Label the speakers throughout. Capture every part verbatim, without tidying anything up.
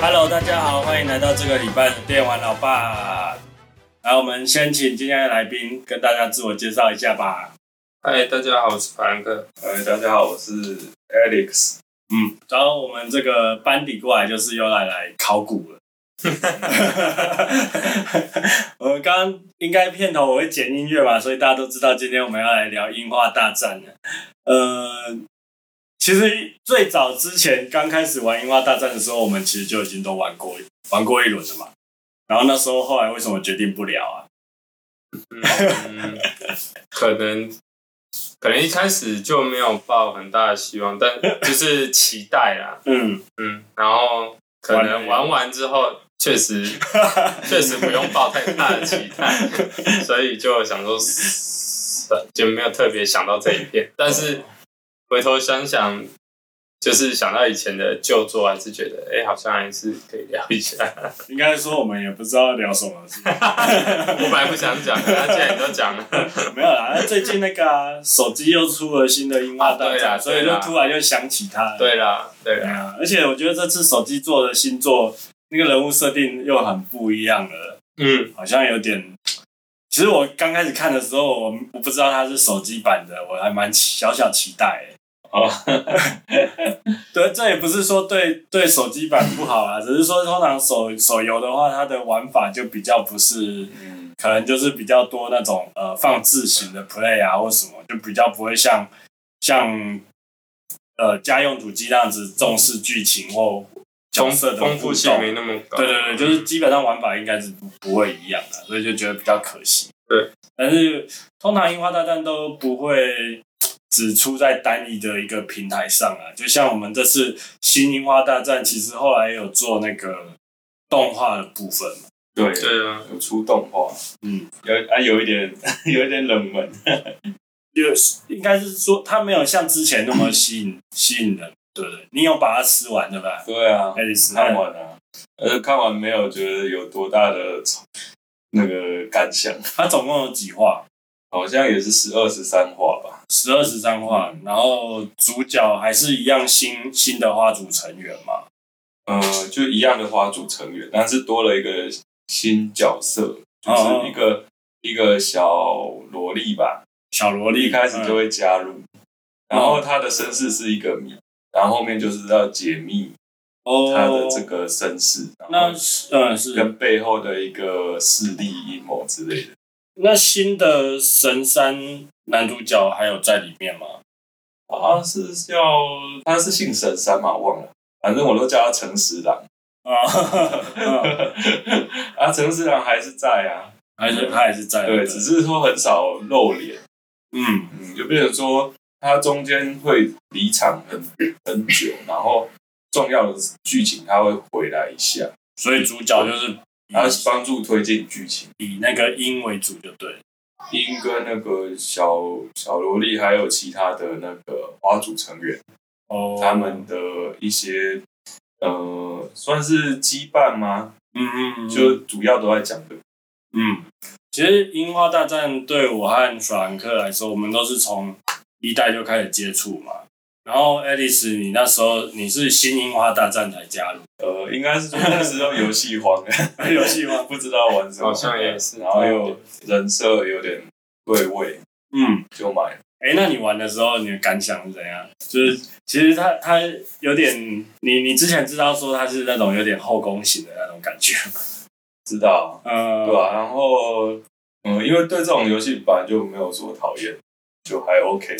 Speaker 1: Hello， 大家好，欢迎来到这个礼拜的电玩老爸。来，我们先请今天的来宾跟大家自我介绍一下吧。
Speaker 2: 嗨，大家好，我是法兰克。
Speaker 3: 嗨，大家好，我是 Alex。
Speaker 1: 嗯，然后我们这个班底过来就是又来来考古了。我们刚刚应该片头我会剪音乐嘛，所以大家都知道今天我们要来聊樱花大战了。呃，其实最早之前刚开始玩樱花大战的时候，我们其实就已经都玩过玩过一轮了嘛。然后那时候后来为什么决定不聊啊？
Speaker 2: 嗯，可能可能一开始就没有抱很大的希望，但就是期待啦。
Speaker 1: 嗯
Speaker 2: 嗯，然后可能玩完之后，确实确实不用抱太大的期待，所以就想说就没有特别想到这一片，但是回头想想。就是想到以前的旧作，还是觉得，哎、欸，好像还是可以聊一下。
Speaker 1: 应该说我们也不知道聊什么。
Speaker 2: 我本来不想讲，那既然你都讲了，
Speaker 1: 没有啦。最近那个、啊、手机又出了新的樱花大战、啊，所以就突然就想起它了。
Speaker 2: 对啦，对啦。
Speaker 1: 啊，而且我觉得这次手机做的新作，那个人物设定又很不一样了。嗯，好像有点。其实我刚开始看的时候，我我不知道它是手机版的，我还蛮小小期待、欸。哦，对，这也不是说对对手机版不好啊，只是说通常手手游的话，它的玩法就比较不是，嗯、可能就是比较多那种呃放置型的 play 啊或什么，就比较不会像像呃家用主机那样子重视剧情或角色的
Speaker 2: 丰富性没那么高。
Speaker 1: 对对对，就是基本上玩法应该是不不会一样的，所以就觉得比较可惜。
Speaker 2: 对，
Speaker 1: 但是通常樱花大战都不会。只出在单一的一个平台上啊，就像我们这次新樱花大战，其实后来也有做那个动画的部分嘛。
Speaker 3: 对
Speaker 2: 对啊，
Speaker 3: 有出动画，嗯，有啊有一点有一点冷门，
Speaker 1: 有应该是说它没有像之前那么吸引吸引人，对不对？你有把它吃完对吧？
Speaker 3: 对啊，看完
Speaker 1: 了，
Speaker 3: 呃，看完没有觉得有多大的那个感想？
Speaker 1: 它总共有几话？
Speaker 3: 好像也是十二十三话吧，
Speaker 1: 十二十三话，然后主角还是一样新新的花组成员嘛，
Speaker 3: 呃，就一样的花组成员，但是多了一个新角色，就是一个、哦、一个小萝莉吧，
Speaker 1: 小萝莉
Speaker 3: 一开始就会加入，嗯、然后他的身世是一个谜，然后后面就是要解密他的这个身世，
Speaker 1: 那嗯是
Speaker 3: 跟背后的一个势力阴谋之类的。
Speaker 1: 那新的神山男主角还有在里面吗？
Speaker 3: 啊，是叫他是姓神山嘛？忘了，反正我都叫他陈十郎。啊，啊，陈十郎还是在啊，
Speaker 1: 还是他还是在。
Speaker 3: 对，只是说很少露脸。嗯嗯，就变成说他中间会离场很很久，然后重要的剧情他会回来一下，
Speaker 1: 所以主角就是。
Speaker 3: 他帮助推进剧情，
Speaker 1: 以那个鹰为主就对了。
Speaker 3: 鹰跟那个小小萝莉还有其他的那个花组成员，哦，他们的一些呃，算是羁绊吗？嗯嗯嗯，就主要都在讲的。
Speaker 1: 嗯，其实樱花大战对我和法兰克来说，我们都是从一代就开始接触嘛。然后 Alice， 你那时候你是新樱花大战才加入，
Speaker 3: 呃，应该是说那时候游戏荒，
Speaker 1: 游戏荒
Speaker 3: 不知道玩什么，
Speaker 2: 好像也是，
Speaker 3: 然后又人设有点对味，嗯，就买。
Speaker 1: 哎，那你玩的时候你的感想是怎样？就是其实它它有点，你你之前知道说它是那种有点后宫型的那种感觉吗？
Speaker 3: 知道，嗯，对吧、啊？然后嗯，因为对这种游戏本来就没有说讨厌。就还 OK，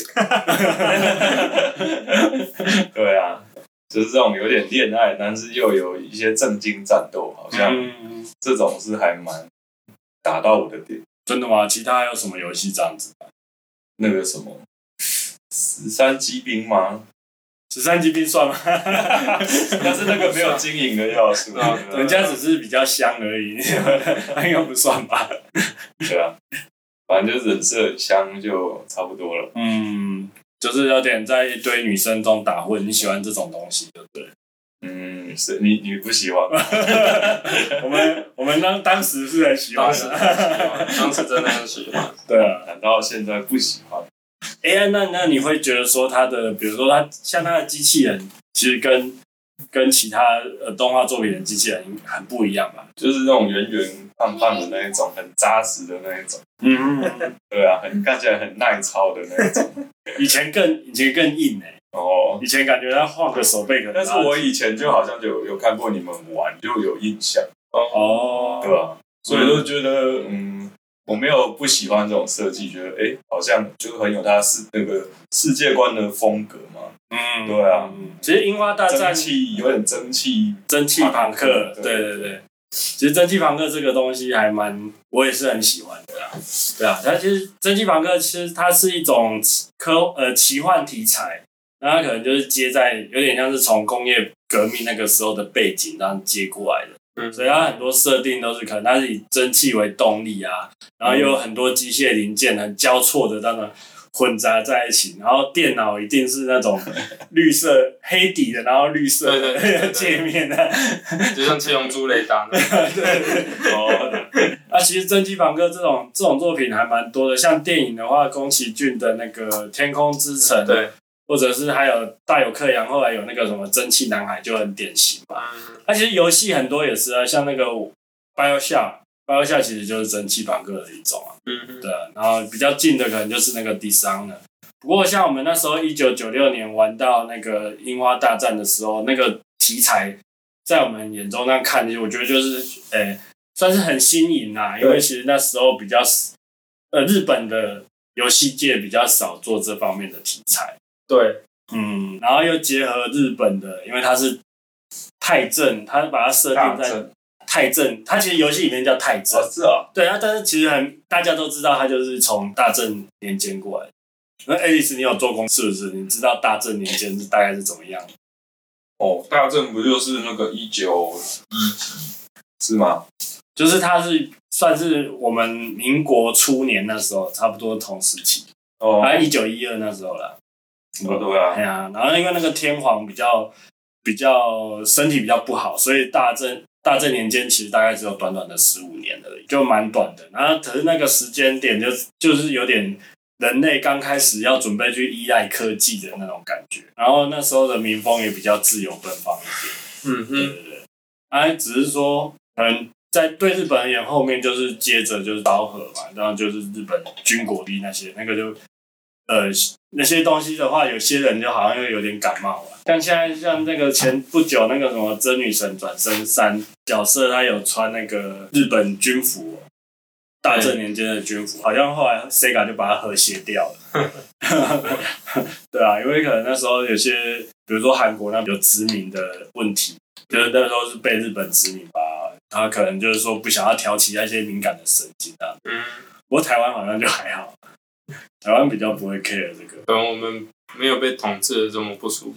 Speaker 3: 对啊，就是这种有点恋爱，但是又有一些正经战斗，好像这种是还蛮打到我的点。
Speaker 1: 真的吗？其他还有什么游戏这样子？
Speaker 3: 那个什么十三机兵吗？
Speaker 1: 十三机兵算吗？
Speaker 3: 但是那个没有经营的要素，
Speaker 1: 人家只是比较香而已，那应该不算吧？
Speaker 3: 对啊。反正就是人设香就差不多了。
Speaker 1: 嗯，就是有点在一堆女生中打混，你喜欢这种东西，对不对？
Speaker 3: 嗯，是你你不喜欢吗？
Speaker 1: 我们我们当当时是很喜欢的，
Speaker 2: 当时真的很喜欢。
Speaker 1: 对啊，
Speaker 3: 难道现在不喜欢？
Speaker 1: 哎、欸，那那你会觉得说他的，比如说他像他的机器人，其实跟跟其他呃动画作品的机器人很不一样吧？
Speaker 3: 就是那种圆圆胖胖的那一种，很扎实的那一种。
Speaker 1: 嗯嗯，
Speaker 3: 对啊，很看起来很耐操的那一种。
Speaker 1: 以前更以前更硬哎、欸。哦。以前感觉他换个手背可能。
Speaker 3: 但是我以前就好像就有有看过你们玩，就有印象。哦。对吧、啊？所以就觉得嗯。我没有不喜欢这种设计，觉得哎、欸，好像就很有它是那个世界观的风格嘛。嗯，对啊。
Speaker 1: 嗯、其实《樱花大战》
Speaker 3: 蒸汽有点蒸汽，
Speaker 1: 蒸汽朋克，对对对。其实蒸汽朋克这个东西还蛮，我也是很喜欢的啦。对啊，它其实蒸汽朋克其实它是一种科呃奇幻题材，那它可能就是接在有点像是从工业革命那个时候的背景这样接过来的。嗯，所以它很多设定都是可能它是以蒸汽为动力啊，然后又有很多机械零件很交错的这样混杂在一起，然后电脑一定是那种绿色黑底的，然后绿色的界面啊，
Speaker 2: 就像七龙珠雷达那
Speaker 1: 对对对。哦，啊，其实蒸汽朋克这种这种作品还蛮多的，像电影的话，宫崎骏的那个《天空之城》，对。或者是还有大有克洋，后来有那个什么蒸汽男孩就很典型嘛。那、啊、其实游戏很多也是啊，像那个 BioShock，BioShock 其实就是蒸汽朋克的一种啊。嗯对啊，然后比较近的可能就是那个 Dishonored。不过像我们那时候一九九六年玩到那个樱花大战的时候，那个题材在我们眼中那样看，我觉得就是诶、欸、算是很新颖啦，因为其实那时候比较呃日本的游戏界比较少做这方面的题材。对，嗯，然后又结合日本的，因为它是太政，它把它设定在太政，它其实游戏里面叫太政，
Speaker 3: 哦是啊，
Speaker 1: 对啊，但是其实很大家都知道，它就是从大正年间过来的。那爱丽丝，你有做功是不是？你知道大正年间是大概是怎么样？
Speaker 3: 哦，大正不就是那个一九一几是吗？
Speaker 1: 就是它是算是我们民国初年那时候，差不多同时期，哦，大概一九一二那时候啦。
Speaker 3: 哦，对啊，
Speaker 1: 哎呀，然后因为那个天皇比较比较身体比较不好，所以大正大正年间其实大概只有短短的十五年而已，就蛮短的。然后可是那个时间点就就是有点人类刚开始要准备去依赖科技的那种感觉。然后那时候的民风也比较自由奔放一点。嗯哼，对对对。啊，只是说可能在对日本而言，后面就是接着就是昭和嘛，然后就是日本军国力那些那个就。呃，那些东西的话，有些人就好像又有点感冒了。像现在像那个前不久那个什么真女神转生三角色，他有穿那个日本军服，大正年间的军服，好像后来 Sega 就把它和谐掉了。对啊，因为可能那时候有些，比如说韩国那有殖民的问题，就是那时候是被日本殖民吧，他可能就是说不想要挑起那些敏感的神经啊。嗯，不过台湾好像就还好。台湾比较不会 care 这个，
Speaker 2: 可能我们没有被统治的这么不舒服。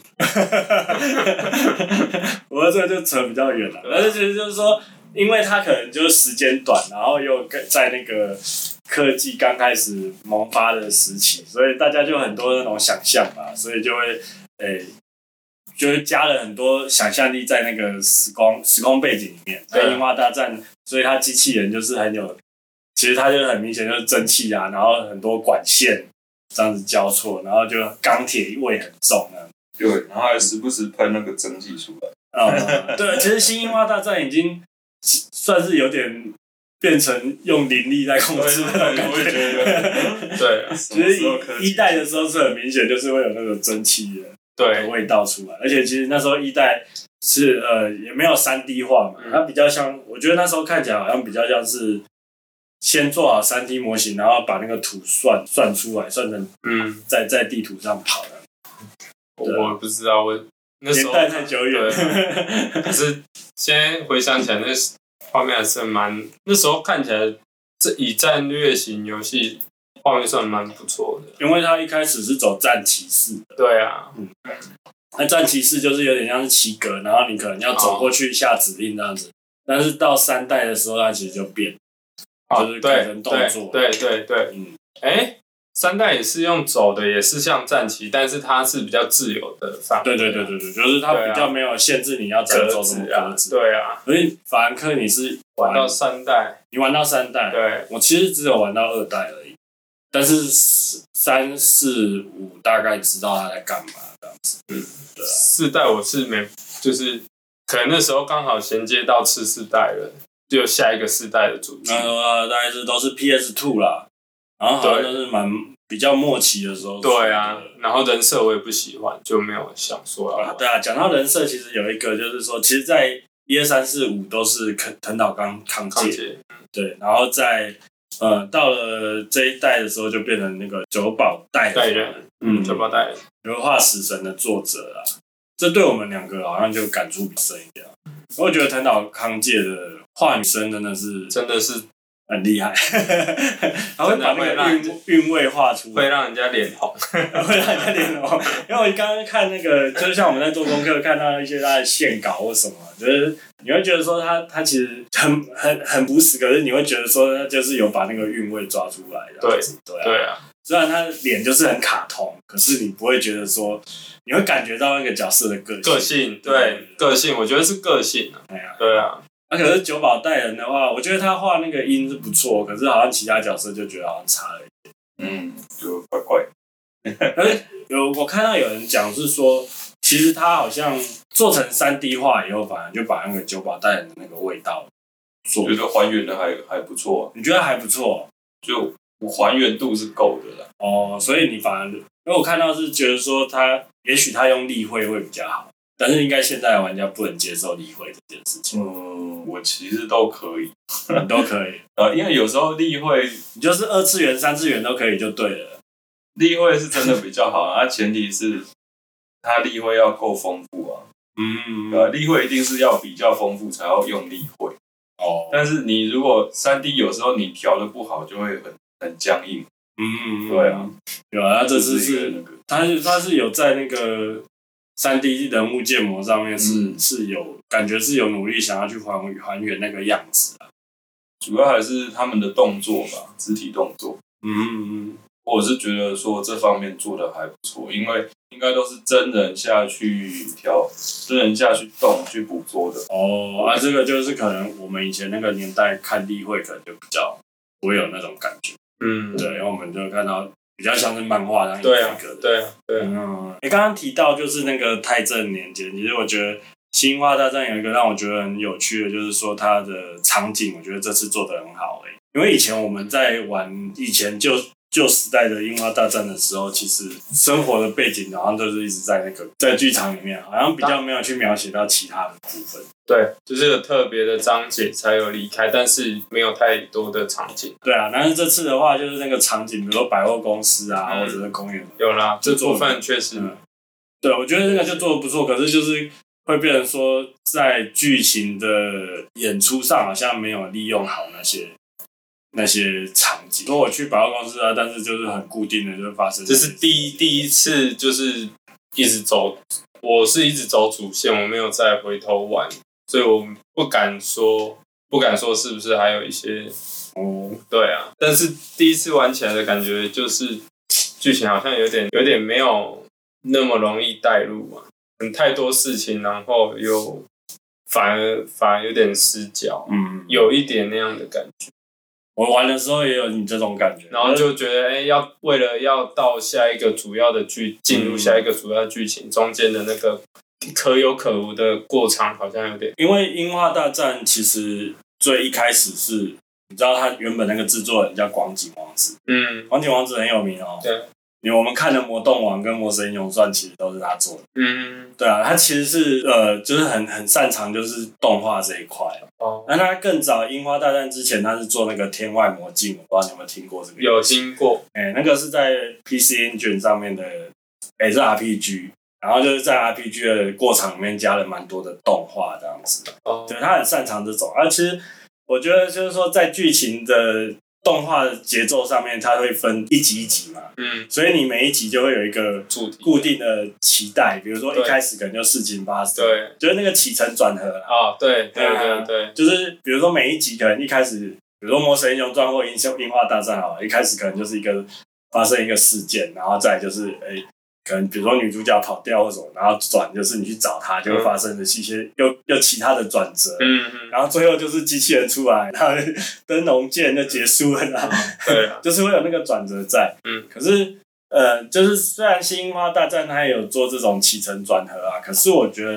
Speaker 1: 不过这个就扯比较远了，但是其实就是说，因为它可能就是时间短，然后又在那个科技刚开始萌发的时期，所以大家就很多那种想象吧，所以就会诶、欸，就是加了很多想象力在那个时光时空背景里面。在樱花大战，所以它机器人就是很有。其实它就很明显就是蒸汽啊，然后很多管线这样子交错，然后就钢铁味很重啊。
Speaker 3: 对，然后还时不时喷那个蒸汽出来。
Speaker 1: 嗯，对，其实新樱花大战已经算是有点变成用灵力在控制那种感觉。
Speaker 2: 对，
Speaker 1: 其实一代的时候是很明显，就是会有那个蒸汽的对味道出来，而且其实那时候一代是呃也没有三 D 化嘛，它比较像，我觉得那时候看起来好像比较像是。先做好 三 D 模型，然后把那个图算算出来，算成嗯，在在地图上跑的。
Speaker 2: 我不知道，我那时候
Speaker 1: 年代太久远了。
Speaker 2: 可是现在回想起来，那画面还是蛮，那时候看起来，这以战略型游戏画面算蛮不错的。
Speaker 1: 因为它一开始是走战骑士的。
Speaker 2: 对啊，
Speaker 1: 嗯，那战骑士就是有点像是棋格，然后你可能要走过去下指令这样子。哦、但是到三代的时候，它其实就变。就是改成动作，
Speaker 2: 对对对对，嗯，哎，三代也是用走的，也是像战棋，但是它是比较自由的范围。
Speaker 1: 对对对对对，就是它比较没有限制你要怎么走什么格子。
Speaker 2: 对啊，
Speaker 1: 所以法兰克你是
Speaker 2: 玩到三代，
Speaker 1: 你玩到三代，
Speaker 2: 对，
Speaker 1: 我其实只有玩到二代而已，但是三四五大概知道他在干嘛这样子。嗯，对啊。
Speaker 2: 四代我是没， 就是可能那时候刚好衔接到次世代了，就有下一个世代的主机。
Speaker 1: 那大概是都是 P S 二 啦，然后好像都是蛮比较末期的时候。
Speaker 2: 对啊，然后人设我也不喜欢，就没有想说要玩。
Speaker 1: 啊对啊，讲到人设，其实有一个就是说，其实，在一二三四五都是藤岛康康介，对，然后在呃到了这一代的时候，就变成那个久保带
Speaker 2: 人，嗯，久保带人，
Speaker 1: 油画死神的作者啦。这对我们两个好像就感触比较深一点。我觉得藤岛康介的画女生真的是
Speaker 2: 真的是
Speaker 1: 很厉害，他会把那个韵韵味画出来，
Speaker 2: 会让人家脸红，
Speaker 1: 会让人家脸红。因为我刚刚看那个，就是像我们在做功课，看到一些他的线稿或什么，就是你会觉得说他他其实很很很朴实，可是你会觉得说他就是有把那个韵味抓出来的。
Speaker 2: 对
Speaker 1: 对啊，
Speaker 2: 对啊。
Speaker 1: 虽然他的脸就是很卡通，可是你不会觉得说，你会感觉到那个角色的个性。
Speaker 2: 个性，对，个性，我觉得是个性啊。
Speaker 1: 对啊，
Speaker 2: 对啊。
Speaker 1: 那、啊、可是久保带人的话，我觉得他画那个音是不错，可是好像其他角色就觉得好像差了一点。
Speaker 3: 嗯，就怪怪。
Speaker 1: 可是有我看到有人讲是说，其实他好像做成三 D 画以后，反而就把那个久保带人的那个味道做，
Speaker 3: 我觉得还原的还还不错。
Speaker 1: 你觉得还不错？
Speaker 3: 就还原度是够的啦。
Speaker 1: 哦，所以你反而因为我看到是觉得说他也许他用立绘会比较好。但是应该现在的玩家不能接受立绘这件事情。
Speaker 3: 嗯，我其实都可以，
Speaker 1: 你都可以。
Speaker 3: 呃，因为有时候立绘，
Speaker 1: 你就是二次元、三次元都可以就对了。
Speaker 3: 立绘是真的比较好啊，前提是它立绘要够丰富啊。嗯，呃，立绘一定是要比较丰富才要用立绘。哦。但是你如果三 D 有时候你调的不好，就会很很僵硬。嗯，对啊，
Speaker 1: 有啊，他这次是那个，他是他是有在那个。三 D 人物建模上面是、嗯、是有感觉是有努力想要去还还原那个样子啊，
Speaker 3: 主要还是他们的动作吧，肢体动作。嗯嗯，我是觉得说这方面做的还不错，因为应该都是真人下去调，真人下去动去捕捉的。
Speaker 1: 哦，啊，这个就是可能我们以前那个年代看例会可能就比较不会有那种感觉。嗯，对，然后我们就看到。比较像是漫画那样一个的，
Speaker 2: 对啊，对啊。
Speaker 1: 嗯，你刚刚提到就是那个太正年间，其实我觉得《新花大战》有一个让我觉得很有趣的，就是说它的场景，我觉得这次做得很好诶、欸。因为以前我们在玩以前旧旧时代的樱花大战的时候，其实生活的背景好像都是一直在那个在剧场里面，好像比较没有去描写到其他的部分。
Speaker 2: 对，就是有特别的章节才有离开，但是没有太多的场景。
Speaker 1: 对啊，但是这次的话，就是那个场景，比如说百货公司啊，嗯、或者是公园，
Speaker 2: 有啦，这部分确实、嗯。
Speaker 1: 对，我觉得那个就做得不错，可是就是会变成说，在剧情的演出上好像没有利用好那些那些场景。说我去百货公司啊，但是就是很固定的就会发生。
Speaker 2: 这是第一第一次，就是一直走，我是一直走主线，我没有再回头玩。所以我不敢说，不敢说是不是还有一些，哦，对啊。但是第一次玩起来的感觉就是，剧情好像有点有点没有那么容易带入嘛，很太多事情，然后又反而反而有点失焦，嗯，有一点那样的感觉。
Speaker 1: 我玩的时候也有你这种感觉，
Speaker 2: 然后就觉得，哎、欸，要为了要到下一个主要的剧，进入下一个主要剧情，中间的那个。可有可无的过场好像有点，
Speaker 1: 因为樱花大战其实最一开始是，你知道他原本那个制作人叫广井王子，嗯，广井王子很有名哦，对，因为我们看的《魔动王》跟《魔神英雄传》其实都是他做的，嗯，对啊，他其实是呃，就是很很擅长就是动画这一块哦。那他更早樱花大战之前，他是做那个《天外魔境》，我不知道你有没有听过这个？
Speaker 2: 有听过，
Speaker 1: 哎、欸，那个是在 P C Engine 上面的，哎、欸，是 R P G。然后就是在 R P G 的过场里面加了蛮多的动画这样子，哦，对，他很擅长这种。而其实我觉得就是说，在剧情的动画的节奏上面，它会分一集一集嘛，嗯，所以你每一集就会有一个固定的期待，比如说一开始可能就事情发生，对，就是那个起承转合啦。
Speaker 2: 哦，对对对对，
Speaker 1: 就是比如说每一集可能一开始，比如说《魔神英雄传》或《樱花大战》好了，一开始可能就是一个发生一个事件，然后再就是哎。欸可能比如说女主角跑掉或什么，然后转就是你去找她，就会发生的一些、嗯、又又其他的转折，嗯嗯，然后最后就是机器人出来，然后灯笼剑就结束了，然后、嗯、对，就是会有那个转折在，嗯，可是呃，就是虽然新樱花大战它也有做这种起承转合啊，可是我觉得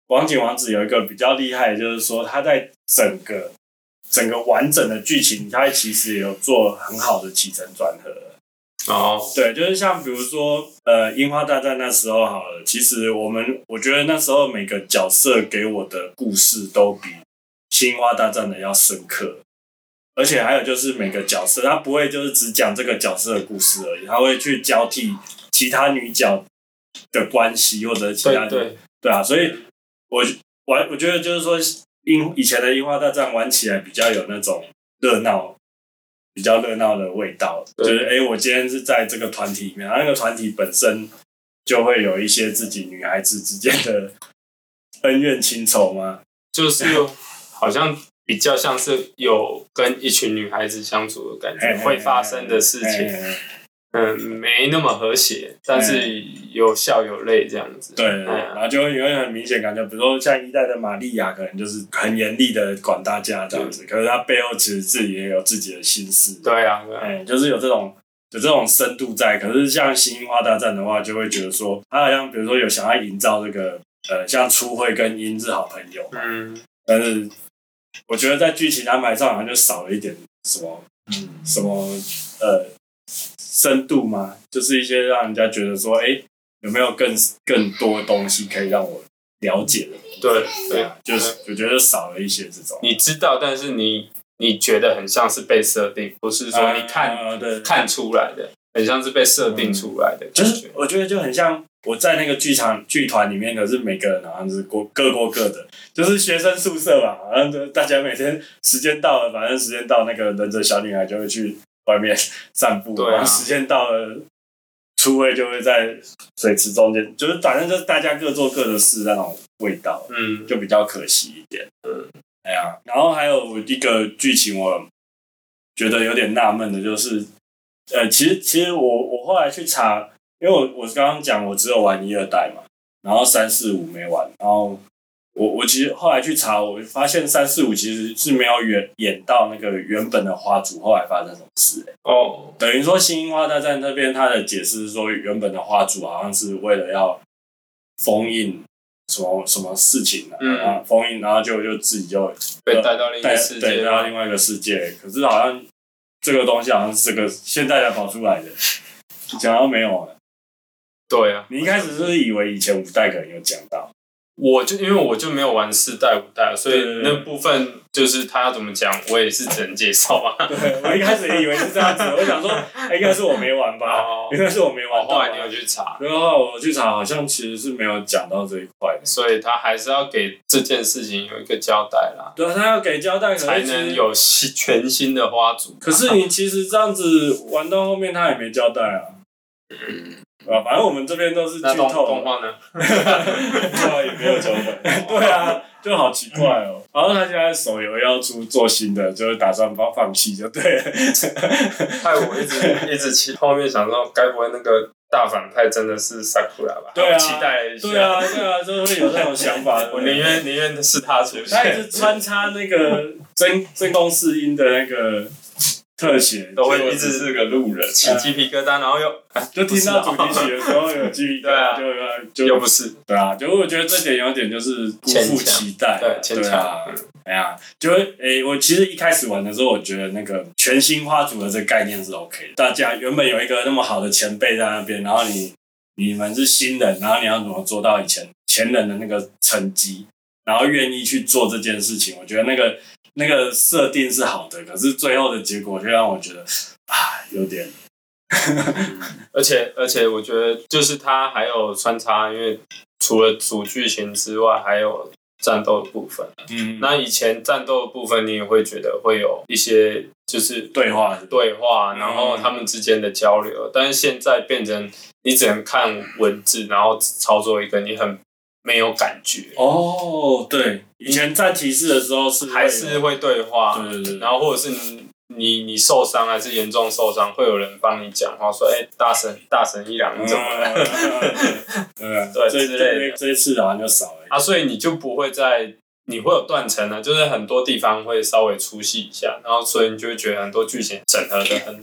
Speaker 1: 网景王子有一个比较厉害的，就是说他在整个整个完整的剧情，他其实也有做很好的起承转合。
Speaker 2: 哦，
Speaker 1: 对，就是像比如说，呃，樱花大战那时候好了，其实我们我觉得那时候每个角色给我的故事都比新樱花大战的要深刻，而且还有就是每个角色他不会就是只讲这个角色的故事而已，他会去交替其他女角的关系或者其他的，
Speaker 2: 对对
Speaker 1: 对啊，所以我我我觉得就是说，樱以前的樱花大战玩起来比较有那种热闹。比较热闹的味道，就是哎、欸，我今天是在这个团体里面，然后那个团体本身就会有一些自己女孩子之间的恩怨情仇嘛，
Speaker 2: 就是好像比较像是有跟一群女孩子相处的感觉，会发生的事情，嗯，没那么和谐，但是有笑有泪这样子。
Speaker 1: 对，嗯、然后就会有很明显感觉，比如说像一代的玛利亚，可能就是很严厉的管大家这样子，可是他背后其实自己也有自己的心事。
Speaker 2: 对啊，对啊，
Speaker 1: 哎、欸，就是有这种有这种深度在。可是像新樱花大战的话，就会觉得说，他好像比如说有想要营造这个呃，像初惠跟樱是好朋友嘛，嗯，但是我觉得在剧情安排上好像就少了一点什么，嗯，什么呃。深度吗？就是一些让人家觉得说，哎、欸，有没有更更多东西可以让我了解的？
Speaker 2: 对对，
Speaker 1: 就是我觉得少了一些这种。
Speaker 2: 你知道，但是你你觉得很像是被设定，不是说你看、
Speaker 1: 啊、对
Speaker 2: 看出来的，很像是被设定出来的、嗯。
Speaker 1: 就是我觉得就很像我在那个剧场剧团里面，可是每个人好像是过各过各的，就是学生宿舍吧，好像就大家每天时间到了，反正时间到，那个忍者小女孩就会去外面散步，
Speaker 2: 对啊，
Speaker 1: 时间到了，初惠就会在水池中间，就是反正就是大家各做各的事那种味道，嗯，就比较可惜一点，嗯，哎呀，然后还有一个剧情我觉得有点纳闷的，就是，呃，其实其实我我后来去查，因为我我刚刚讲我只有玩一二代嘛，然后三四五没玩，然后。我我其实后来去查，我发现三四五其实是没有演演到那个原本的花主后来发生什么事、欸、哦，等于说新樱花大战那边他的解释是说，原本的花主好像是为了要封印什么什么事情啊，嗯、然后封印，然后就就自己就
Speaker 2: 被带到另一个世界，
Speaker 1: 对，带到另外一个世界。可是好像这个东西好像是这个现在才跑出来的，讲到没有啊？
Speaker 2: 对啊，
Speaker 1: 你一开始是不是以为以前五代可能有讲到？
Speaker 2: 我就因为我就没有玩四代五代，所以那部分就是他要怎么讲，我也是只能接受嘛。
Speaker 1: 对，我一开始也以为是这样子，我想说，欸、应该是我没玩吧，应该是我没玩到。
Speaker 2: 后来你有去查，
Speaker 1: 然后我去查，好像其实是没有讲到这一块，
Speaker 2: 所以他还是要给这件事情有一个交代啦。
Speaker 1: 对，他要给交代，
Speaker 2: 才能有全新的花组。
Speaker 1: 可是你其实这样子玩到后面，他也没交代啊。嗯。啊，反正我们这边都是剧透。
Speaker 2: 那动画呢？
Speaker 1: 动画也没有交代。对啊，就好奇怪哦。然后他现在手游要出做新的，就是打算放放弃就对了。
Speaker 2: 害我一直一直期后面想说，该不会那个大反派真的是 Sakura 吧？
Speaker 1: 对啊，
Speaker 2: 期待一下。
Speaker 1: 对啊，对啊，就会有那种想法。
Speaker 2: 我宁愿宁愿是他出现。
Speaker 1: 他也是穿插那个真真宫四音的那个。特写
Speaker 3: 都会一直是个路人，
Speaker 2: 起鸡皮疙瘩，然后又
Speaker 1: 就听到主题曲的时候有鸡皮疙瘩，就就
Speaker 2: 又不是，
Speaker 1: 对啊，就我觉得这点有点就是辜负期待，
Speaker 2: 对，
Speaker 1: 对啊，哎呀，就诶，我其实一开始玩的时候，我觉得那个全新花组的这个概念是 OK 的，大家原本有一个那么好的前辈在那边，然后你你们是新人，然后你要怎么做到以前前人的那个成绩，然后愿意去做这件事情，我觉得那个。那个设定是好的，可是最后的结果就让我觉得啊，有点。
Speaker 2: 而且而且，我觉得就是它还有穿插，因为除了主剧情之外，还有战斗的部分。嗯，那以前战斗的部分，你也会觉得会有一些就是
Speaker 1: 对话
Speaker 2: 对话，然后他们之间的交流。嗯、但是现在变成你只能看文字，然后操作一个你很。没有感觉
Speaker 1: 哦，对，以前在提示的时候是
Speaker 2: 还是会对话，
Speaker 1: 对对对，
Speaker 2: 然后或者是你你你受伤还是严重受伤，会有人帮你讲话说，哎、欸，大神大神一郎你怎么了？
Speaker 1: 对对，之类的，这一次好像就少了
Speaker 2: 啊，所以你就不会在你会有断层啊，就是很多地方会稍微出戏一下，然后所以你就会觉得很多剧情整合的很好。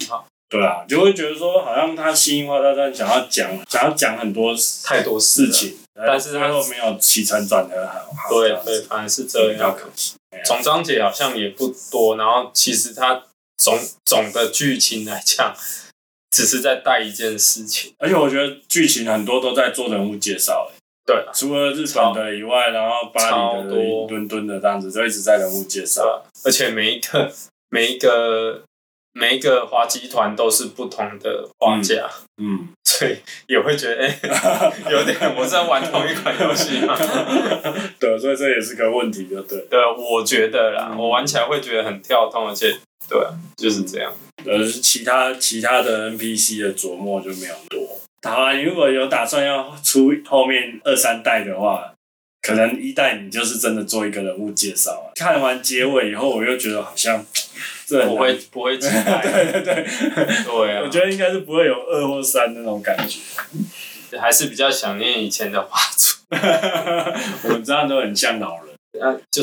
Speaker 1: 对啊，就会觉得说，好像他新樱花大战想要讲，想要讲很多
Speaker 2: 太多
Speaker 1: 事情，
Speaker 2: 但是
Speaker 1: 最后没有起承转合好。
Speaker 2: 对对，反而是这样，
Speaker 1: 可惜。
Speaker 2: 总章节好像也不多，然后其实它总总的剧情来讲，只是在带一件事情。
Speaker 1: 而且我觉得剧情很多都在做人物介绍。
Speaker 2: 对，
Speaker 1: 除了日本的以外，然后巴黎的、伦敦的这样子，就一直在人物介绍。
Speaker 2: 而且每一个每一个每一个滑稽团都是不同的画家，嗯，嗯所以也会觉得，哎、欸，有点我在玩同一款游戏嘛。
Speaker 1: 对，所以这也是个问题，就对。
Speaker 2: 对，我觉得啦，嗯、我玩起来会觉得很跳动，而且，对、啊，就是这样。
Speaker 1: 呃，其他其他的 N P C 的琢磨就没有多。好啊，你如果有打算要出后面二三代的话，可能一代你就是真的做一个人物介绍啊。看完结尾以后，我又觉得好像这
Speaker 2: 不会不会期待。
Speaker 1: 对对对，
Speaker 2: 对啊，
Speaker 1: 我觉得应该是不会有二或三那种感觉，
Speaker 2: 还是比较想念以前的画作。
Speaker 1: 我们这样都很像老人。
Speaker 2: 啊，就是，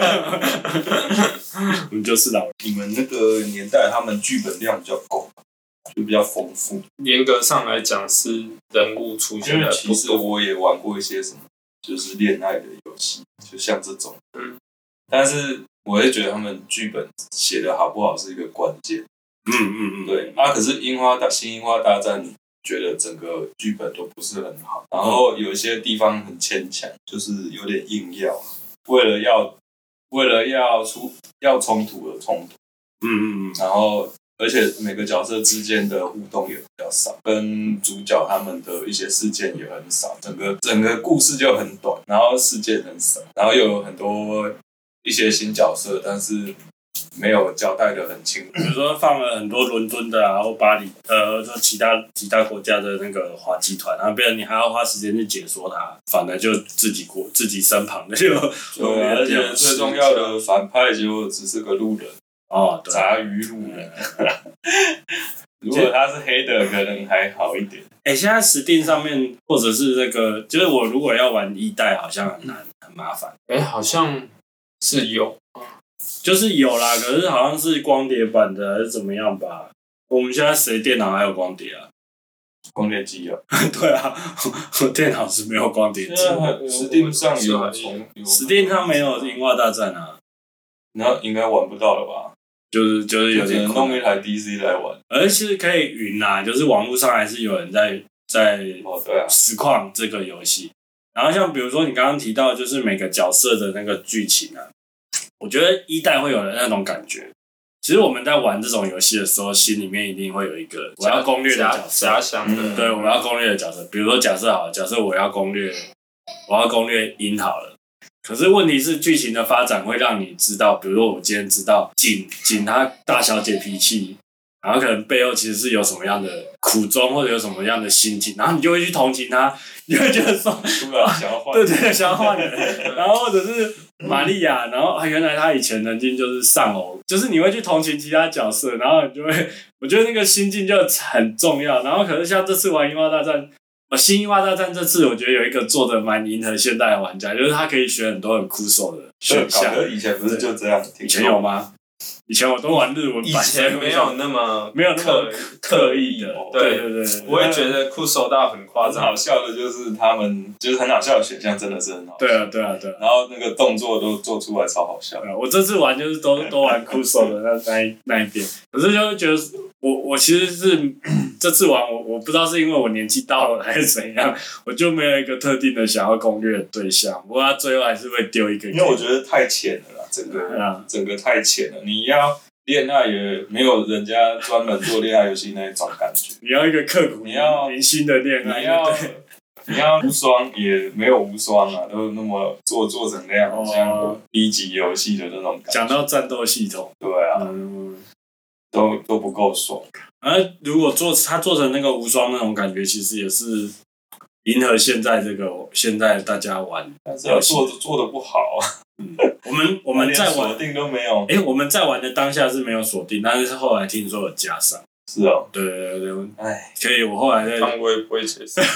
Speaker 1: 我们就是老人。
Speaker 3: 你们那个年代，他们剧本量比较够。就比较丰富，
Speaker 2: 严格上来讲是人物出现的。
Speaker 3: 其实我也玩过一些什么，就是恋爱的游戏，就像这种。嗯。但是我会觉得他们剧本写的好不好是一个关键。
Speaker 1: 嗯嗯嗯。
Speaker 3: 对啊，可是樱花大新樱花大战，觉得整个剧本都不是很好，然后有一些地方很牵强，就是有点硬要，为了要为了要出要冲突而冲突。嗯嗯嗯。然后。而且每个角色之间的互动也比较少，跟主角他们的一些事件也很少，整个整个故事就很短，然后事件很少，然后又有很多一些新角色，但是没有交代的很清楚。
Speaker 1: 比如说放了很多伦敦的啊，或巴黎，呃，就其他其他国家的那个滑稽团，然后变成你还要花时间去解说它，反而就自己过自己身旁的就，
Speaker 3: 对，而且最重要的反派就只是个路人。
Speaker 1: 哦，
Speaker 3: 杂鱼路人。如果他是黑的，可能还好一点。
Speaker 1: 哎、欸，现在 Steam 上面或者是那个，就是我如果要玩一代，好像很难，很麻烦。
Speaker 2: 哎、欸，好像是有，
Speaker 1: 就是有啦，可是好像是光碟版的还是怎么样吧？我们现在谁电脑还有光碟啊？
Speaker 3: 光碟机啊？
Speaker 1: 对啊，我电脑是没有光碟机。
Speaker 3: Steam 上有从
Speaker 1: Steam 上没有樱花大战啊。
Speaker 3: 那应该玩不到了吧？
Speaker 1: 就是就是有点
Speaker 3: 弄一台 D C 来玩，
Speaker 1: 而是可以云啊，就是网络上还是有人在在
Speaker 3: 哦对啊
Speaker 1: 实况这个游戏。然后像比如说你刚刚提到，就是每个角色的那个剧情啊，我觉得一代会有那种感觉。其实我们在玩这种游戏的时候，心里面一定会有一个我要攻略的角色，
Speaker 2: 假想的，
Speaker 1: 对，我要攻略的角色。比如说假设好，假设我要攻略，我要攻略樱好了。可是问题是，剧情的发展会让你知道，比如说我今天知道景景她大小姐脾气，然后可能背后其实是有什么样的苦衷，或者有什么样的心情，然后你就会去同情她，你会觉得说，
Speaker 3: 想要换，
Speaker 1: 对对，想要换人，然后或者是玛利亚，然后啊，原来她以前曾经就是丧偶，就是你会去同情其他角色，然后你就会，我觉得那个心境就很重要。然后可是像这次玩樱花大战。呃，新樱花大战这次我觉得有一个做的蛮迎合现代的玩家，就是他可以选很多很酷手的选项。
Speaker 3: 以前不是就这样？
Speaker 1: 以前有吗？以前我都玩日文版，
Speaker 2: 以前没有那么
Speaker 1: 没有那么刻意的。对对对，
Speaker 2: 我也觉得酷手到很夸张。
Speaker 3: 很好笑的就是他们，就是很好笑的选项，真的是很好笑。
Speaker 1: 对啊对啊对啊。
Speaker 3: 然后那个动作都做出来超好笑。
Speaker 1: 对啊，我这次玩就是都都玩酷手的那那一那一边，可是就觉得我我其实是这次玩我我不知道是因为我年纪到了还是怎样，我就没有一个特定的想要攻略的对象。不过他最后还是会丢一个，
Speaker 3: 因为我觉得太浅了啦，整个、啊、整个太浅了。你要恋爱也没有人家专门做恋爱游戏那一种感觉。
Speaker 1: 你要一个刻骨
Speaker 3: 你要
Speaker 1: 铭心的恋爱，
Speaker 3: 你要你要无双也没有无双啊，都那么做做成那样，哦、像 B 级游戏的那种感觉。
Speaker 1: 讲到战斗系统，
Speaker 3: 对啊，嗯、都都不够爽。
Speaker 1: 而如果做他做成那个无双那种感觉，其实也是迎合现在这个现在大家玩，
Speaker 3: 但是要做做的不好啊。
Speaker 1: 嗯，我们我们在玩
Speaker 3: 锁定都没有。
Speaker 1: 哎、欸，我们在玩的当下是没有锁定，但是后来听说有加上。
Speaker 3: 是哦。
Speaker 1: 对对对对。
Speaker 3: 哎，
Speaker 1: 可以，我后来在。
Speaker 2: 当我也不会解释。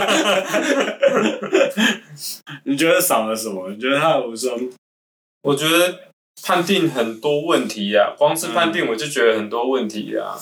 Speaker 1: 你觉得少了什么？你觉得他的无双？
Speaker 2: 我觉得判定很多问题呀、啊，光是判定我就觉得很多问题呀、啊。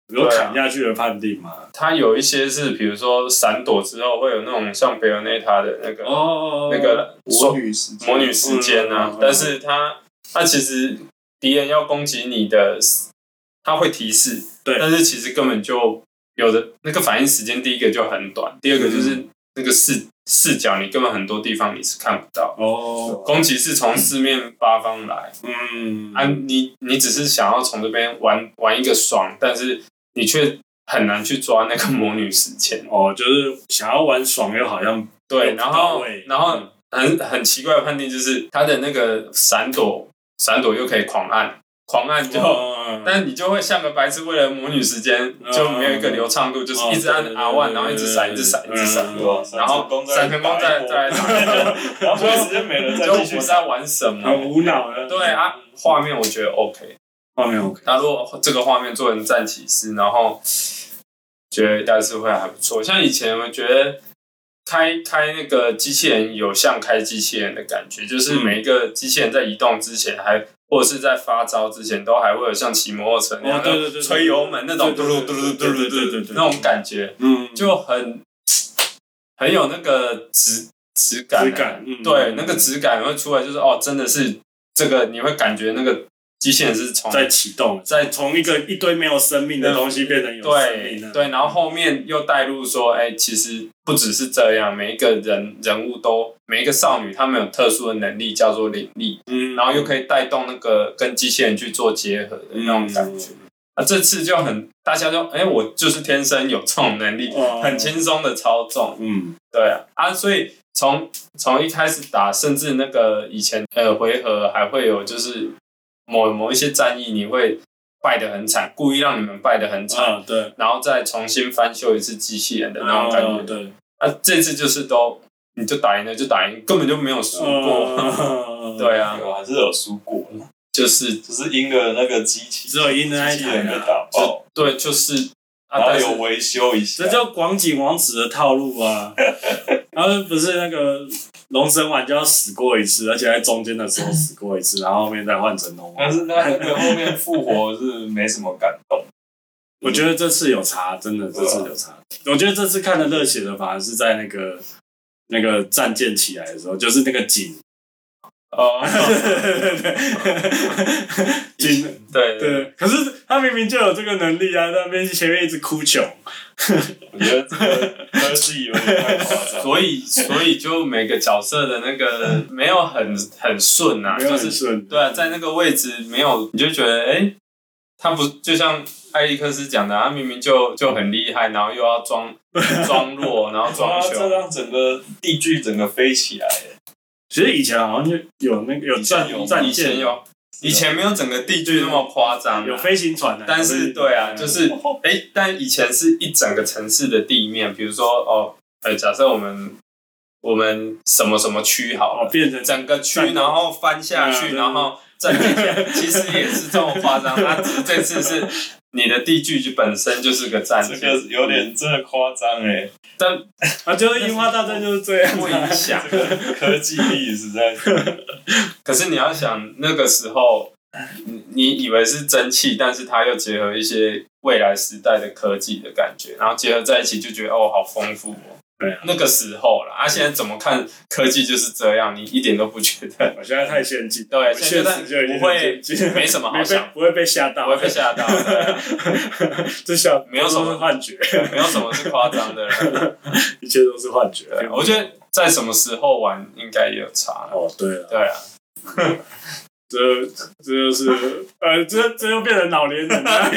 Speaker 1: 有砍下去的判定吗？
Speaker 2: 它有一些是，比如说闪躲之后会有那种像贝尔内塔的那个
Speaker 1: 哦
Speaker 2: 那个
Speaker 3: 魔女时间
Speaker 2: 魔女时间啊，嗯、但是它它其实敌人要攻击你的，它会提示，
Speaker 1: 对，
Speaker 2: 但是其实根本就有的那个反应时间，第一个就很短，第二个就是那个视视角，你根本很多地方你是看不到。
Speaker 1: 哦，
Speaker 2: 攻击是从四面八方来，
Speaker 1: 嗯
Speaker 2: 啊，你你只是想要从这边玩玩一个爽，但是你却很难去抓那个魔女时间。
Speaker 1: 哦，就是想要玩爽又好像
Speaker 2: 对，然后然后很很奇怪的判定就是他的那个闪躲闪躲又可以狂按。狂按就，哦、但你就会像个白痴，为了魔女时间、哦、就没有一个流畅度，哦、就是一直按 R 一，然后一直闪，一直闪，一直闪，然后闪成功再再来打，
Speaker 3: 然后时间没了再继续。
Speaker 2: 就我在玩什么？
Speaker 1: 很无脑的。
Speaker 2: 对啊，画面我觉得 OK，
Speaker 1: 画面 OK。
Speaker 2: 那如果这个画面做成战骑士，然后觉得应该是会还不错。像以前我觉得开开那个机器人有像开机器人的感觉，就是每一个机器人在移动之前还。或者是在发招之前，都还会有像骑摩托车那样、
Speaker 1: 哦、
Speaker 2: 吹油门那种嘟噜嘟噜嘟噜嘟噜那种感觉，嗯，就很很有那个质质感、啊，
Speaker 1: 质感，嗯、
Speaker 2: 对，那个质感会出来，就是哦，真的是这个，你会感觉那个机器人是从
Speaker 1: 在启动，在从一个一堆没有生命的东西变成有生命的，
Speaker 2: 对对，然后后面又带入说，哎，其实不只是这样，每一个人人物都。每一个少女，她们有特殊的能力，叫做灵力，嗯，然后又可以带动那个跟机器人去做结合的那种感觉。嗯、啊，这次就很，大家就，哎、欸，我就是天生有这种能力，哦、很轻松的操纵，嗯，对啊，啊，所以从从一开始打，甚至那个以前呃回合还会有，就是某某一些战役你会败得很惨，故意让你们败得很惨，
Speaker 1: 啊，对，
Speaker 2: 然后再重新翻修一次机器人的那种感觉，
Speaker 1: 啊、对，
Speaker 2: 啊，这次就是都。你就打赢了就打赢，根本就没有输过。
Speaker 1: 呃、
Speaker 2: 对啊，
Speaker 3: 有还是有输过，
Speaker 2: 就是
Speaker 3: 只是赢了那个机器，
Speaker 1: 只有赢了那一台
Speaker 3: 给打爆。
Speaker 2: 对，就是，
Speaker 3: 然后有维修一下。
Speaker 1: 这叫广景王子的套路啊！然后不是那个龙神丸就要死过一次，而且在中间的时候死过一次，然后后面再换成龙王。
Speaker 3: 但是那个后面复活是没什么感动。
Speaker 1: 我觉得这次有差，真的这次有差。我觉得这次看的热血的反而是在那个。那个战舰起来的时候，就是那个井，
Speaker 2: 哦，
Speaker 1: 对对对，井，
Speaker 2: 对
Speaker 1: 对，可是他明明就有这个能力啊，那边前面一直哭穷，
Speaker 3: 我觉得这个科技有点太夸张，
Speaker 2: 所以所以就每个角色的那个没有很很顺啊，
Speaker 1: 没有很顺，
Speaker 2: 对啊，在那个位置没有，你就觉得哎、欸，他不就像艾利克斯讲的，他明明就就很厉害，然后又要装。装弱，然后装穷，
Speaker 3: 这让整个地剧整个飞起来。
Speaker 1: 其实以前好像就有那个有战战舰
Speaker 2: 有，以前没有整个地剧那么夸张，
Speaker 1: 有飞行船的。
Speaker 2: 但是对啊，就是哎、欸，但以前是一整个城市的地面，比如说哦，呃，假设我们我们什么什么区好了，
Speaker 1: 哦、变成
Speaker 2: 整个区，然后翻下去，然后战舰起来，其实也是这么夸张。它只是这次是。你的地剧本身就是个战舰，
Speaker 3: 这个有点真的夸张哎，
Speaker 2: 但
Speaker 1: 啊，就是樱花大战就是这样，
Speaker 2: 不影响
Speaker 3: 这个科技力实在是。
Speaker 2: 可是你要想那个时候，你以为是蒸汽，但是它又结合一些未来时代的科技的感觉，然后结合在一起就觉得哦，好丰富哦。
Speaker 1: 对啊，
Speaker 2: 那个时候啦，啊，现在怎么看科技就是这样，你一点都不觉得。
Speaker 1: 我现在太先进，
Speaker 2: 对，
Speaker 1: 现在
Speaker 2: 不会没什么好想，
Speaker 1: 不会被吓到，
Speaker 2: 不会被吓到，对啊，
Speaker 1: 这吓
Speaker 2: 没有什么
Speaker 1: 幻觉，
Speaker 2: 没有什么是夸张的，
Speaker 1: 一切都是幻觉。
Speaker 2: 我觉得在什么时候玩应该也有差。
Speaker 1: 哦，对了，
Speaker 2: 对啊。
Speaker 1: 这这就是呃，这这又变成老年人了。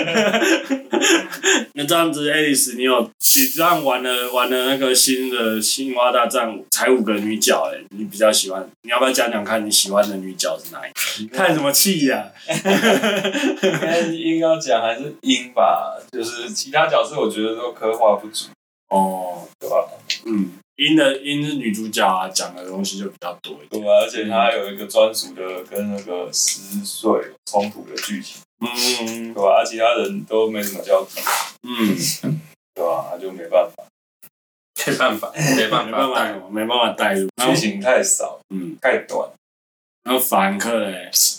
Speaker 1: 那这样子 ，Alice， 你有你这样玩了玩了那个新的《樱花大战》，才五个女角哎，你比较喜欢？你要不要讲讲看你喜欢的女角是哪一个？看什么气呀？
Speaker 3: 应该硬要讲还是樱吧，就是其他角色我觉得都刻画不足。
Speaker 1: 哦，
Speaker 3: 对吧？
Speaker 1: 嗯。樱的樱是女主角啊，讲的东西就比较多一点。
Speaker 3: 对啊，而且它有一个专属的跟那个十岁冲突的剧情。嗯，对吧？啊，其他人都没什么交集。嗯，对吧？那就没办法，
Speaker 2: 没办法，没办法带入，
Speaker 1: 没办法带入。
Speaker 3: 剧情太少，嗯，太短。
Speaker 1: 然后法兰克嘞，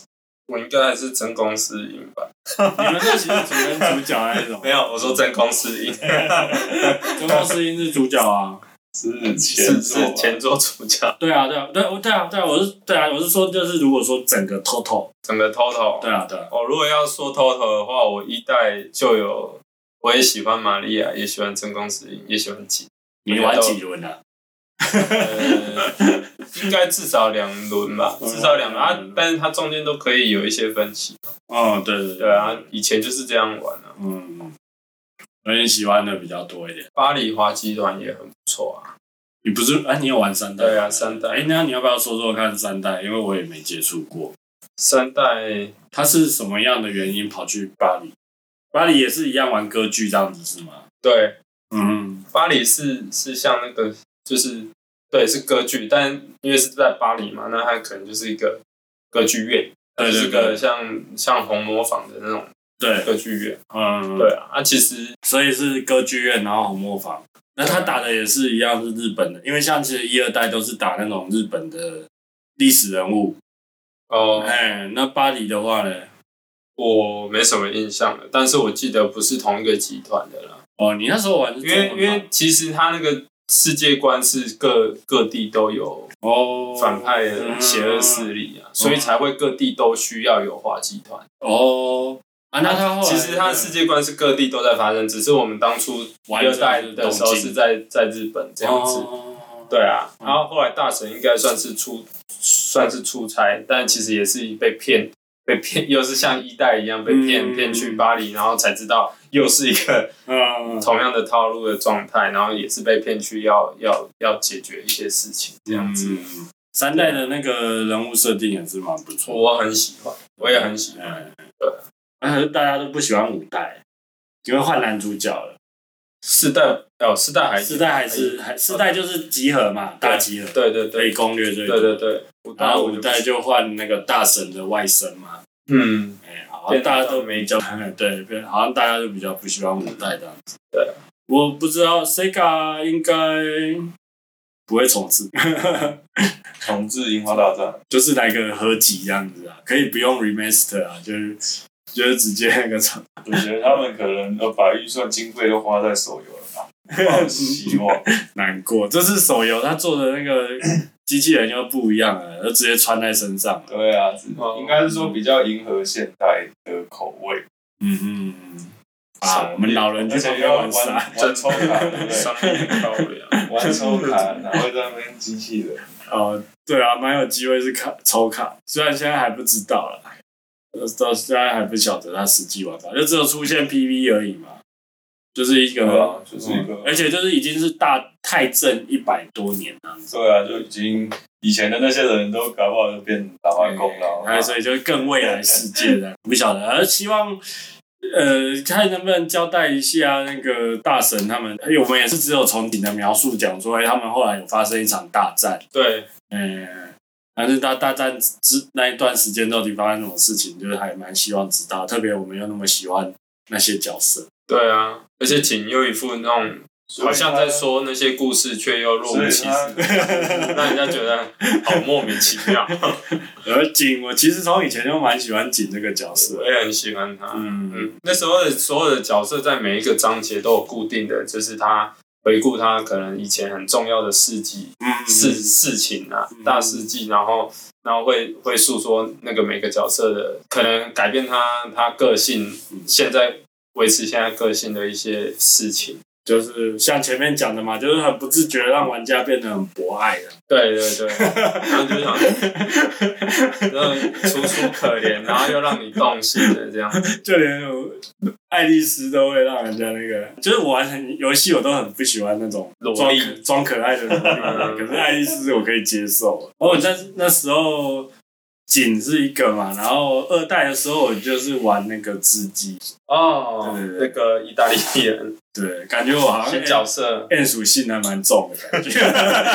Speaker 2: 我应该还是真公司赢吧。
Speaker 1: 你们这其实主跟主角那种。
Speaker 2: 没有，我说真公司赢。
Speaker 1: 真公司赢是主角啊。
Speaker 3: 是前
Speaker 2: 作，是前作主角。
Speaker 1: 对啊，对啊，对，对啊，对啊，我是对啊，我是说，就是如果说整个 total，
Speaker 2: 整个 total，
Speaker 1: 对啊，对啊。
Speaker 2: 哦，如果要说 total 的话，我一代就有，我也喜欢玛利亚，也喜欢真公司赢，也喜欢几。
Speaker 1: 你玩几轮啊？
Speaker 2: 呃，应该至少两轮吧，至少两轮啊，但是它中间都可以有一些分歧。
Speaker 1: 哦，对对对。
Speaker 2: 对啊，以前就是这样玩啊。
Speaker 1: 嗯。我也喜欢的比较多一点。
Speaker 2: 巴黎滑稽团也很不错啊。
Speaker 1: 你不是哎、啊？你有玩三代？
Speaker 2: 对啊，三代。
Speaker 1: 哎，那你要不要说说看三代？因为我也没接触过。
Speaker 2: 三代，
Speaker 1: 他是什么样的原因跑去巴黎？巴黎也是一样玩歌剧这样子是吗？
Speaker 2: 对，
Speaker 1: 嗯，
Speaker 2: 巴黎是是像那个就是对是歌剧，但因为是在巴黎嘛，那它可能就是一个歌剧院，
Speaker 1: 对对对，
Speaker 2: 就是个像像红磨坊的那种。对，歌剧院，
Speaker 1: 嗯，
Speaker 2: 对啊，啊，其实
Speaker 1: 所以是歌剧院，然后红磨坊，那他打的也是一样是日本的，因为像其实一二代都是打那种日本的历史人物，
Speaker 2: 哦，
Speaker 1: 哎，那巴黎的话呢，
Speaker 2: 我没什么印象了，但是我记得不是同一个集团的啦。
Speaker 1: 哦，你那时候玩是
Speaker 2: 因为因为其实他那个世界观是各各地都有哦反派的邪恶势力啊，嗯、所以才会各地都需要有滑稽团
Speaker 1: 哦。啊，那他后来
Speaker 2: 其实他的世界观是各地都在发生，只是我们当初第二代的时候是在在日本这样子。哦、对啊，然后后来大神应该算是出算是出差，但其实也是被骗，被骗又是像一代一样被骗骗、嗯、去巴黎，然后才知道又是一个同样的套路的状态，然后也是被骗去要要要解决一些事情这样子。
Speaker 1: 嗯、三代的那个人物设定也是蛮不错，
Speaker 2: 我很喜欢，我也很喜欢，嗯、对。
Speaker 1: 但是大家都不喜欢五代，因为换男主角了。
Speaker 2: 四代哦，四代还
Speaker 1: 四代还是还四代就是集合嘛，大集合。
Speaker 2: 对对对，
Speaker 1: 可以攻略最多。
Speaker 2: 对对对。
Speaker 1: 然后五代就换那个大神的外甥嘛。
Speaker 2: 嗯。
Speaker 1: 哎，好像大家都没叫，对，好像大家都比较不喜欢五代这样子。
Speaker 2: 对。
Speaker 1: 我不知道 Sega 应该不会重置。
Speaker 3: 重置樱花大战，
Speaker 1: 就是来个合集这样子啊，可以不用 remaster 啊，就是。就是直接那个场，
Speaker 3: 我觉得他们可能都把预算经费都花在手游了吧，好希望。
Speaker 1: 难过，这是手游，他做的那个机器人又不一样了，就直接穿在身上。
Speaker 3: 对啊，应该是说比较迎合现代的口味。
Speaker 1: 嗯嗯嗯。啊，我们老人就
Speaker 3: 要玩玩抽卡，对不对？
Speaker 2: 商业考量，
Speaker 3: 玩抽卡，哪会在那边机器人？
Speaker 1: 哦，对啊，蛮有机会是卡抽卡，虽然现在还不知道啦。到现在还不晓得它实际玩法，就只有出现 P V 而已嘛，就是一个，
Speaker 3: 啊、就是一个、嗯，
Speaker 1: 而且就是已经是大太正一百多年了。
Speaker 3: 对啊，就已经以前的那些人都搞不好就变打完工了，
Speaker 1: 哎，所以就更未来世界的，不晓得，而希望呃看能不能交代一下那个大神他们，因为我们也是只有从你的描述讲说，哎，他们后来有发生一场大战，
Speaker 2: 对，
Speaker 1: 嗯。但是大大战之那一段时间到底发生什么事情，就是还蛮希望知道。特别我们又那么喜欢那些角色。
Speaker 2: 对啊，而且景又一副那种好像在说那些故事，却又若无其事，让人家觉得好莫名其妙。
Speaker 1: 而景，我其实从以前就蛮喜欢景这个角色，
Speaker 2: 我也很喜欢他。嗯嗯，那时候的所有的角色在每一个章节都有固定的，就是他。回顾他可能以前很重要的事迹、嗯、事事情啊，嗯、大事迹，然后然后会会诉说那个每个角色的可能改变他他个性，嗯、现在维持现在个性的一些事情，
Speaker 1: 就是像前面讲的嘛，就是很不自觉让玩家变得很博爱的。
Speaker 2: 对对对，然后就想，然后楚楚可怜，然后又让你动心的这样，
Speaker 1: 就连爱丽丝都会让人家那个，就是我玩成游戏我都很不喜欢那种装装可爱的萝莉，可是爱丽丝我可以接受。然后那那时候景是一个嘛，然后二代的时候我就是玩那个织姬
Speaker 2: 哦，
Speaker 1: 对对
Speaker 2: 对，那个意大利人，
Speaker 1: 对，感觉我好像
Speaker 2: 选角色
Speaker 1: N 属性还蛮重的感觉。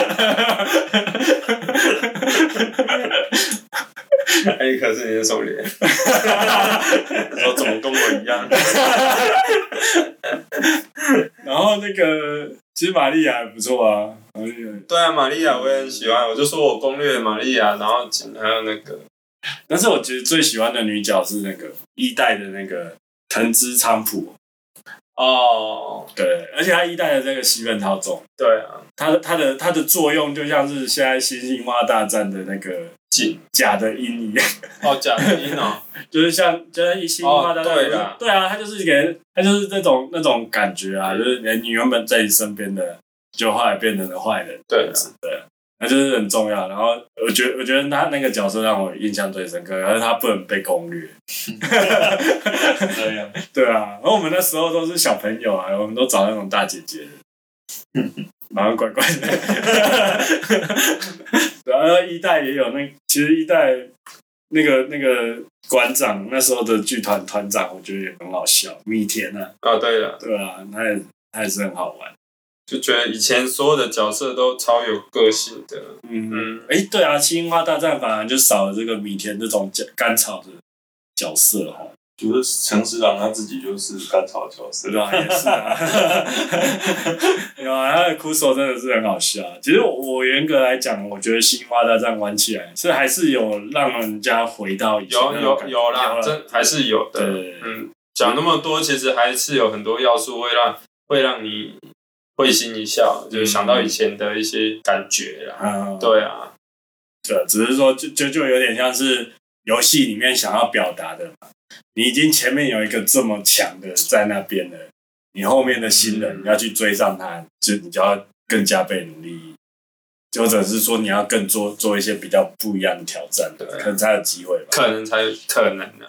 Speaker 2: 哎，可是你的手脸，说怎么跟我一样？
Speaker 1: 然后那个其实玛利亚还不错啊，玛利亚。
Speaker 2: 对啊，玛利亚我也很喜欢，我就说我攻略玛利亚，然后还有那个
Speaker 1: 但是我其实最喜欢的女角是那个一代的那个藤枝仓普。
Speaker 2: 哦，
Speaker 1: 对，而且他一代的这个戏份超重。
Speaker 2: 对啊，
Speaker 1: 他的他的他的作用就像是现在星星蛙大战的那个假的鹰一样。
Speaker 2: 哦，假的鹰哦，
Speaker 1: 就是像就是星星蛙大战。
Speaker 2: 哦、对啦，
Speaker 1: 对啊，他就是给他就是这种那种感觉啊，就是连你原本在你身边的，就后来变成了坏人。
Speaker 2: 对
Speaker 1: 对。那就是很重要，然后我觉得，我觉得他那个角色让我印象最深刻，而是他不能被攻略。
Speaker 3: 这样。
Speaker 1: 对啊，然后我们那时候都是小朋友啊，我们都找那种大姐姐的，然后乖乖的。然后一代也有那，其实一代那个那个馆长那时候的剧团团长，我觉得也很好笑，米田啊。
Speaker 2: 哦，对了。
Speaker 1: 对啊，他也他也是很好玩。
Speaker 2: 就觉得以前所有的角色都超有个性的。
Speaker 1: 嗯嗯，哎、欸，对啊，青花大战反而就少了这个米田这种甘草的角色哈。
Speaker 3: 就是陈十郎他自己就是甘草角色，
Speaker 1: 对啊，也是啊。有啊，他的哭手真的是很好笑。其实我严格来讲，我觉得青花大战玩起来是还是有让人家回到以前
Speaker 2: 有有有啦，真还是有的。
Speaker 1: 对，
Speaker 2: 嗯，讲那么多，其实还是有很多要素会让会让你会心一笑，就是想到以前的一些感觉啦。嗯，对啊，
Speaker 1: 对，只是说就就就有点像是游戏里面想要表达的嘛。你已经前面有一个这么强的在那边了，你后面的新人要去追上他，就你就要更加倍努力，或者是說你要更做做一些比較不一樣的挑戰，可能才有機會吧。
Speaker 2: 可能才有可能啊。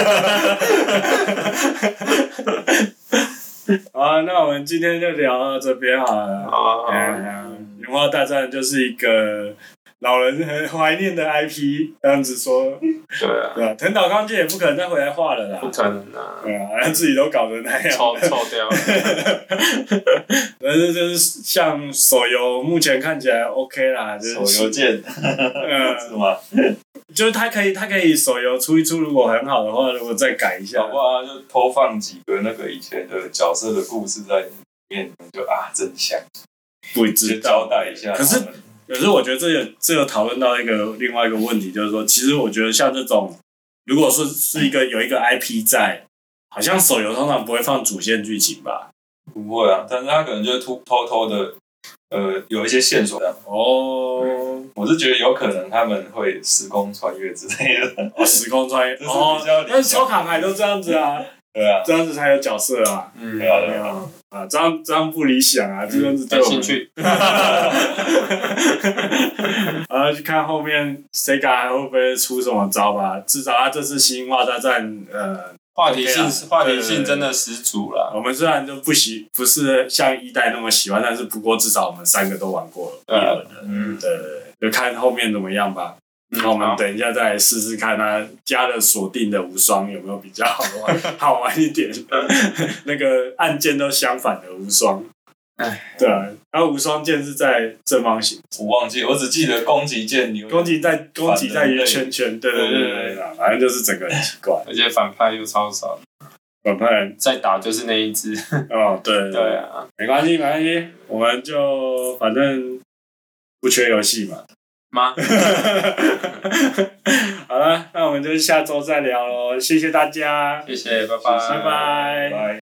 Speaker 1: 好啊，那我們今天就聊到這邊好了。
Speaker 2: 好啊，
Speaker 1: 原畫大戰就是一個老人很懷念的 I P， 這樣子說。
Speaker 2: 對啊。
Speaker 1: 對啊，藤島康介也不可能再回來畫了啦。
Speaker 2: 不可能啊。
Speaker 1: 對啊，他自己都搞成那樣。
Speaker 2: 臭臭掉了。
Speaker 1: 但是就是像手遊，目前看起來 OK 啦，就是
Speaker 3: 手遊鍵。嗯，是嗎？
Speaker 1: 就是他可以，他可以手遊出一出，如果很好的話，如果再改一下，
Speaker 3: 好不好？就偷放幾個那個以前的角色的故事在裡面，就啊真香，
Speaker 1: 不知道
Speaker 3: 交代一下。
Speaker 1: 可是，可是我覺得這有這有討論到一個另外一個問題，就是說，其實我覺得像這種，如果說是一個有一個 I P 在，好像手遊通常不會放主線劇情吧？
Speaker 3: 不會啊，但是他可能就偷偷偷的。呃，有一些線索的
Speaker 1: 哦、嗯，
Speaker 3: 我是覺得有可能他們會時空穿越之類的。
Speaker 1: 哦，時空穿越，哦，但是抽卡牌都這樣子啊，
Speaker 3: 對啊，
Speaker 1: 這樣子才有角色啊，
Speaker 3: 嗯，對啊，對啊，
Speaker 1: 啊，這樣這樣不理想啊，這樣子對我們。
Speaker 2: 興趣。
Speaker 1: 然後去看後面 Sega 還會不會出什麼招吧？至少他這次新畫大戰，呃。
Speaker 2: 話題性話題性真的十足啦。
Speaker 1: 我們雖然就不喜不是像一代那麼喜歡，但是不過至少我們三個都玩過了一輪的，嗯，對，就看後面怎麼樣吧。那、嗯、我們等一下再來試試看他加了鎖定的無雙有沒有比較好玩好玩一點。那個按鍵都相反的無雙。哎，對啊，然後無雙鍵是在正方形，
Speaker 3: 我忘記，我只記得攻擊鍵，
Speaker 1: 攻擊在攻擊在一個圈圈，對對對對對，反正就是整個很奇怪，
Speaker 2: 而且反派又超少，
Speaker 1: 反派
Speaker 2: 再打就是那一隻，
Speaker 1: 哦，對對，
Speaker 2: 對啊，
Speaker 1: 沒關係沒關係，我們就反正不缺遊戲嘛，
Speaker 2: 嗎？
Speaker 1: 好了，那我們就下週再聊咯，謝謝大家，
Speaker 2: 謝謝，拜拜，
Speaker 1: 拜拜。